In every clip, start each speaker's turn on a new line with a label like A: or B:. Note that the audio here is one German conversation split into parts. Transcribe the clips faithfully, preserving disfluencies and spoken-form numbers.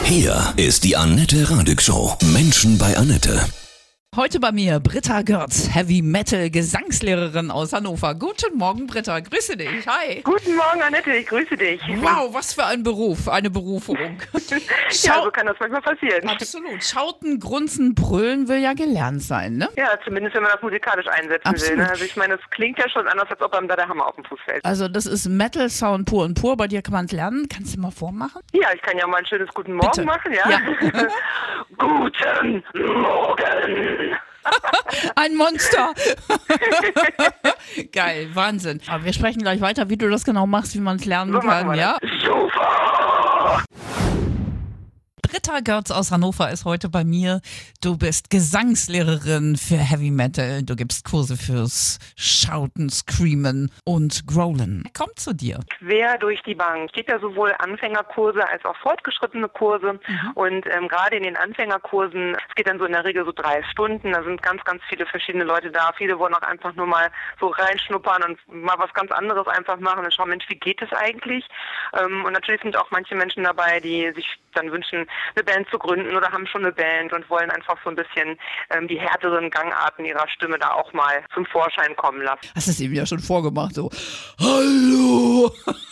A: Hier ist die Annette Radig Show. Menschen bei Annette.
B: Heute bei mir Britta Görz, Heavy Metal Gesangslehrerin aus Hannover. Guten Morgen, Britta, grüße dich. Hi.
C: Guten Morgen, Annette, ich grüße dich.
B: Wow, was für ein Beruf, eine Berufung.
C: Ja, so kann das manchmal passieren.
B: Absolut. Schauten, grunzen, brüllen will ja gelernt sein, ne?
C: Ja, zumindest wenn man das musikalisch einsetzen
B: Absolut.
C: will. Ne? Also ich meine, es klingt ja schon anders, als ob einem da der Hammer auf den Fuß fällt.
B: Also das ist Metal-Sound pur und pur. Bei dir kann man es lernen. Kannst du mal vormachen?
C: Ja, ich kann ja mal ein schönes Guten Morgen
B: Bitte.
C: machen, ja?
B: Ja.
C: Guten Morgen!
B: Ein Monster! Geil, Wahnsinn. Aber wir sprechen gleich weiter, wie du das genau machst, wie man es lernen
C: So machen
B: kann,
C: wir
B: ja?
C: das. Super!
B: Britta Görz aus Hannover ist heute bei mir. Du bist Gesangslehrerin für Heavy Metal. Du gibst Kurse fürs Schauten, Screamen und Growlen. Kommt zu dir.
C: Quer durch die Bank. Es gibt ja sowohl Anfängerkurse als auch fortgeschrittene Kurse. Mhm. Und ähm, gerade in den Anfängerkursen, es geht dann so in der Regel so drei Stunden. Da sind ganz, ganz viele verschiedene Leute da. Viele wollen auch einfach nur mal so reinschnuppern und mal was ganz anderes einfach machen und schauen, Mensch, wie geht es eigentlich? Ähm, und natürlich sind auch manche Menschen dabei, die sich dann wünschen, eine Band zu gründen oder haben schon eine Band und wollen einfach so ein bisschen ähm, die härteren Gangarten ihrer Stimme da auch mal zum Vorschein kommen lassen.
B: Hast du es eben ja schon vorgemacht, so Hallo!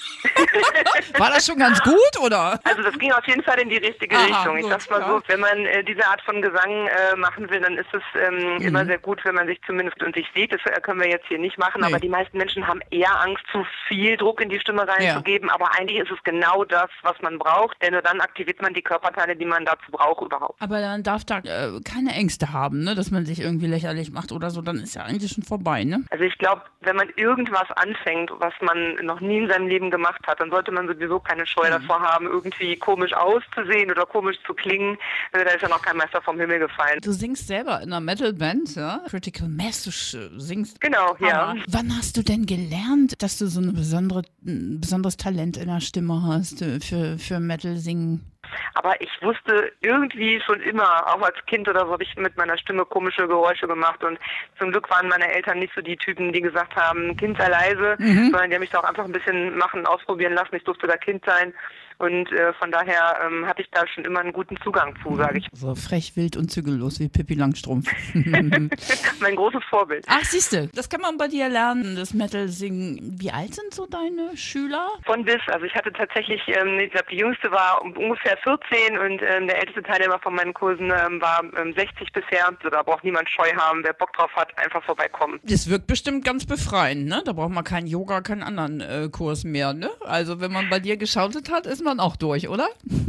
B: War das schon ganz gut, oder?
C: Also das ging auf jeden Fall in die richtige
B: Aha,
C: Richtung. Ich
B: gut,
C: sag's mal
B: ja.
C: so, wenn man äh, diese Art von Gesang äh, machen will, dann ist es ähm, mhm. immer sehr gut, wenn man sich zumindest und sich sieht. Das äh, können wir jetzt hier nicht machen, nee. Aber die meisten Menschen haben eher Angst, zu viel Druck in die Stimme reinzugeben. Ja. Aber eigentlich ist es genau das, was man braucht, denn nur dann aktiviert man die Körperteile, die man dazu braucht überhaupt.
B: Aber dann darf da äh, keine Ängste haben, ne, dass man sich irgendwie lächerlich macht oder so, dann ist ja eigentlich schon vorbei, ne?
C: Also ich glaube, wenn man irgendwas anfängt, was man noch nie in seinem Leben gemacht hat, dann sollte man sowieso keine Scheu mhm. davor haben, irgendwie komisch auszusehen oder komisch zu klingen. Also da ist ja noch kein Meister vom Himmel gefallen.
B: Du singst selber in einer Metalband, ja? Critical Mass, du singst.
C: Genau, ja.
B: Wann hast du denn gelernt, dass du so eine besondere, ein besonderes Talent in der Stimme hast äh, für, für Metal-Singen?
C: Aber ich wusste irgendwie schon immer, auch als Kind oder so, habe ich mit meiner Stimme komische Geräusche gemacht und zum Glück waren meine Eltern nicht so die Typen, die gesagt haben, Kind sei leise, mhm. sondern die haben mich da auch einfach ein bisschen machen, ausprobieren lassen. Ich durfte da Kind sein. Und äh, von daher ähm, hatte ich da schon immer einen guten Zugang zu, sage ich.
B: So frech, wild und zügellos wie Pippi Langstrumpf.
C: Mein großes Vorbild.
B: Ach, siehste, das kann man bei dir lernen, das Metal-Singen. Wie alt sind so deine Schüler?
C: Von bis. Also ich hatte tatsächlich, ähm, ich glaube, die jüngste war ungefähr vierzehn und ähm, der älteste Teilnehmer von meinen Kursen ähm, war ähm, sechzig bisher. Also da braucht niemand Scheu haben. Wer Bock drauf hat, einfach vorbeikommen.
B: Das wirkt bestimmt ganz befreiend, ne? Da braucht man keinen Yoga, keinen anderen äh, Kurs mehr, ne? Also wenn man bei dir geschautet hat, ist man auch durch, oder?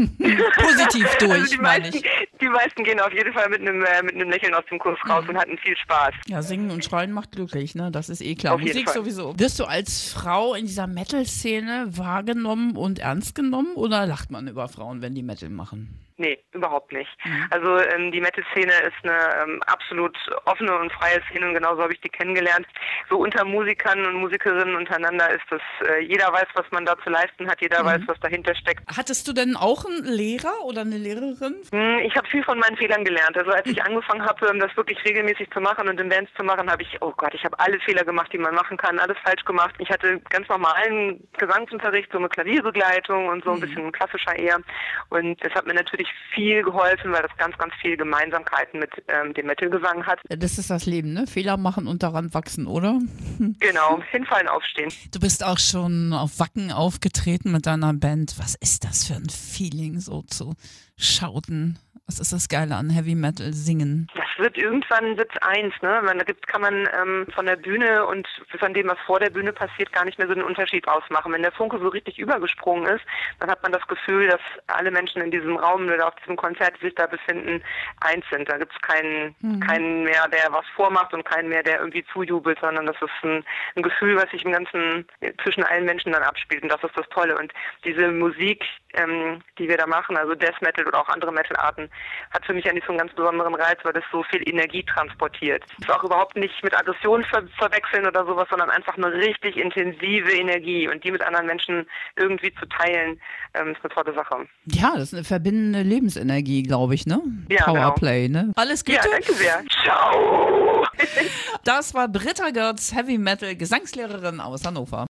B: Positiv durch,
C: also die
B: meine
C: meisten,
B: ich.
C: Die meisten gehen auf jeden Fall mit einem äh, mit einem Lächeln aus dem Kurs raus mhm. und hatten viel Spaß.
B: Ja, singen und schreien macht glücklich, ne? Das ist eh klar.
C: Auf
B: Musik sowieso. Wirst du als Frau in dieser Metal-Szene wahrgenommen und ernst genommen oder lacht man über Frauen, wenn die Metal machen?
C: Nee, überhaupt nicht.
B: Mhm.
C: Also ähm, die Metal-Szene ist eine ähm, absolut offene und freie Szene und genauso habe ich die kennengelernt. So unter Musikern und Musikerinnen untereinander ist das, äh, jeder weiß, was man da zu leisten hat, jeder mhm. weiß, was dahinter steckt.
B: Hattest du denn auch einen Lehrer oder eine Lehrerin?
C: Hm, ich habe viel von meinen Fehlern gelernt. Also als ich angefangen habe, das wirklich regelmäßig zu machen und in Bands zu machen, habe ich, oh Gott, ich habe alle Fehler gemacht, die man machen kann, alles falsch gemacht. Ich hatte ganz normalen Gesangsunterricht, so eine Klavierbegleitung und so ein bisschen klassischer eher. Und das hat mir natürlich viel geholfen, weil das ganz, ganz viele Gemeinsamkeiten mit ähm, dem Metal-Gesang hat.
B: Das ist das Leben, ne? Fehler machen und daran wachsen, oder?
C: Genau, hinfallen, aufstehen.
B: Du bist auch schon auf Wacken aufgetreten mit deiner Band. Was ist das für ein Feeling, so zu schauten? Was ist das Geile an Heavy Metal singen?
C: Das wird irgendwann Sitz eins, ne? Man, da gibt's, kann man ähm, von der Bühne und von dem, was vor der Bühne passiert, gar nicht mehr so einen Unterschied ausmachen. Wenn der Funke so richtig übergesprungen ist, dann hat man das Gefühl, dass alle Menschen in diesem Raum oder auf diesem Konzert, die sich da befinden, eins sind. Da gibt's keinen, mhm. keinen mehr, der was vormacht und keinen mehr, der irgendwie zujubelt, sondern das ist ein, ein Gefühl, was sich im Ganzen zwischen allen Menschen dann abspielt. Und das ist das Tolle. Und diese Musik, ähm, die wir da machen, also Death Metal oder auch andere Metal-Arten, hat für mich eigentlich so einen ganz besonderen Reiz, weil das so viel Energie transportiert. Das ist auch überhaupt nicht mit Aggression ver verwechseln oder sowas, sondern einfach eine richtig intensive Energie und die mit anderen Menschen irgendwie zu teilen, ähm, ist eine tolle Sache.
B: Ja, das ist eine verbindende Lebensenergie, glaube ich, ne?
C: Ja,
B: Powerplay,
C: genau.
B: ne? Alles Gute.
C: Ja, danke sehr. Ciao!
B: Das war Britta Görz, Heavy Metal Gesangslehrerin aus Hannover.